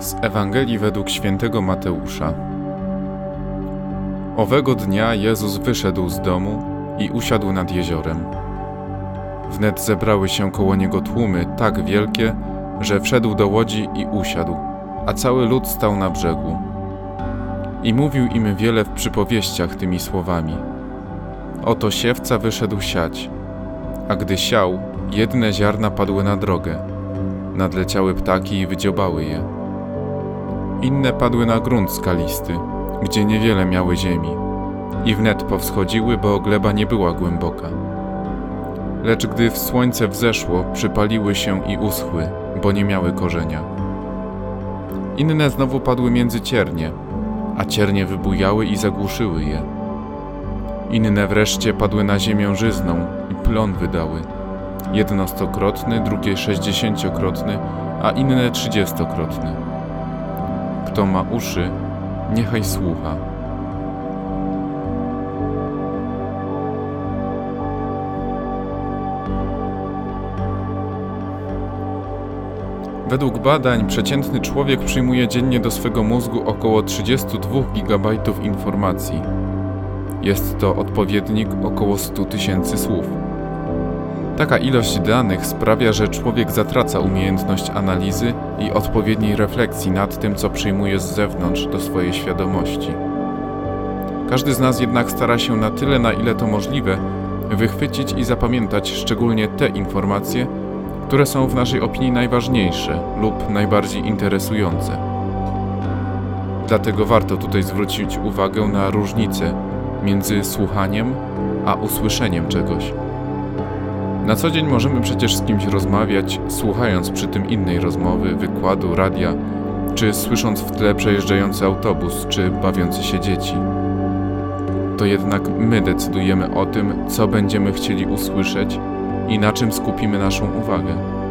Z Ewangelii według świętego Mateusza. Owego dnia Jezus wyszedł z domu i usiadł nad jeziorem. Wnet zebrały się koło Niego tłumy tak wielkie, że wszedł do łodzi i usiadł, a cały lud stał na brzegu. I mówił im wiele w przypowieściach tymi słowami. Oto siewca wyszedł siać, a gdy siał, jedne ziarna padły na drogę. Nadleciały ptaki i wydziobały je. Inne padły na grunt skalisty, gdzie niewiele miały ziemi, i wnet powschodziły, bo gleba nie była głęboka. Lecz gdy słońce wzeszło, przypaliły się i uschły, bo nie miały korzenia. Inne znowu padły między ciernie, a ciernie wybujały i zagłuszyły je. Inne wreszcie padły na ziemię żyzną i plon wydały. Jedno 100-krotny, drugie 60-krotny, a inne 30-krotny. Kto ma uszy, niechaj słucha. Według badań przeciętny człowiek przyjmuje dziennie do swego mózgu około 32 GB informacji. Jest to odpowiednik około 100 000 słów. Taka ilość danych sprawia, że człowiek zatraca umiejętność analizy i odpowiedniej refleksji nad tym, co przyjmuje z zewnątrz do swojej świadomości. Każdy z nas jednak stara się na tyle, na ile to możliwe, wychwycić i zapamiętać szczególnie te informacje, które są w naszej opinii najważniejsze lub najbardziej interesujące. Dlatego warto tutaj zwrócić uwagę na różnicę między słuchaniem a usłyszeniem czegoś. Na co dzień możemy przecież z kimś rozmawiać, słuchając przy tym innej rozmowy, wykładu, radia, czy słysząc w tle przejeżdżający autobus, czy bawiące się dzieci. To jednak my decydujemy o tym, co będziemy chcieli usłyszeć i na czym skupimy naszą uwagę.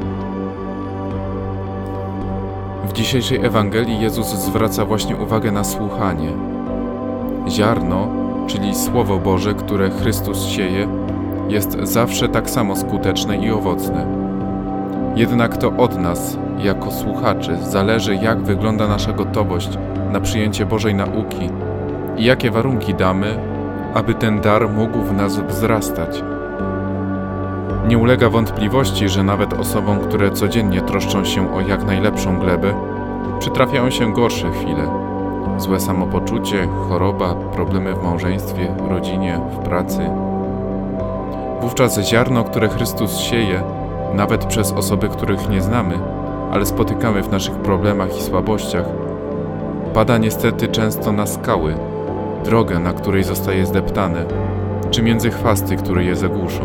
W dzisiejszej Ewangelii Jezus zwraca właśnie uwagę na słuchanie. Ziarno, czyli Słowo Boże, które Chrystus sieje, jest zawsze tak samo skuteczne i owocne. Jednak to od nas, jako słuchaczy, zależy, jak wygląda nasza gotowość na przyjęcie Bożej nauki i jakie warunki damy, aby ten dar mógł w nas wzrastać. Nie ulega wątpliwości, że nawet osobom, które codziennie troszczą się o jak najlepszą glebę, przytrafiają się gorsze chwile. Złe samopoczucie, choroba, problemy w małżeństwie, rodzinie, w pracy. Wówczas ziarno, które Chrystus sieje, nawet przez osoby, których nie znamy, ale spotykamy w naszych problemach i słabościach, pada niestety często na skały, drogę, na której zostaje zdeptane, czy między chwasty, które je zagłuszą.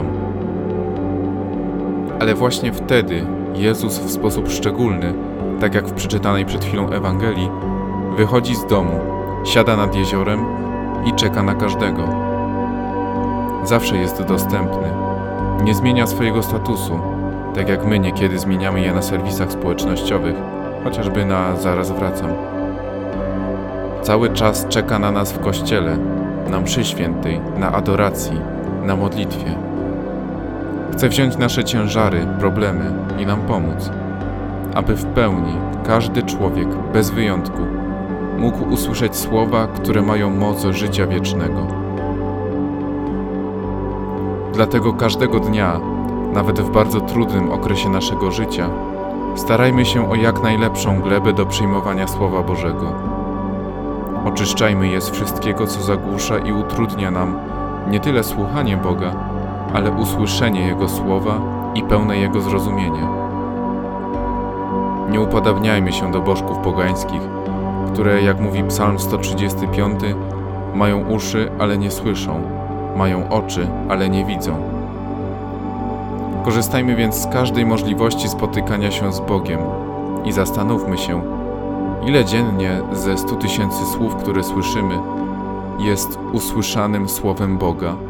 Ale właśnie wtedy Jezus w sposób szczególny, tak jak w przeczytanej przed chwilą Ewangelii, wychodzi z domu, siada nad jeziorem i czeka na każdego. Zawsze jest dostępny. Nie zmienia swojego statusu, tak jak my niekiedy zmieniamy je na serwisach społecznościowych, chociażby na zaraz wracam. Cały czas czeka na nas w kościele, na mszy świętej, na adoracji, na modlitwie. Chce wziąć nasze ciężary, problemy i nam pomóc, aby w pełni każdy człowiek, bez wyjątku, mógł usłyszeć słowa, które mają moc życia wiecznego. Dlatego każdego dnia, nawet w bardzo trudnym okresie naszego życia, starajmy się o jak najlepszą glebę do przyjmowania Słowa Bożego. Oczyszczajmy je z wszystkiego, co zagłusza i utrudnia nam nie tyle słuchanie Boga, ale usłyszenie Jego Słowa i pełne Jego zrozumienie. Nie upodabniajmy się do bożków pogańskich, które, jak mówi Psalm 135, mają uszy, ale nie słyszą, mają oczy, ale nie widzą. Korzystajmy więc z każdej możliwości spotykania się z Bogiem i zastanówmy się, ile dziennie ze 100 000 słów, które słyszymy, jest usłyszanym Słowem Boga.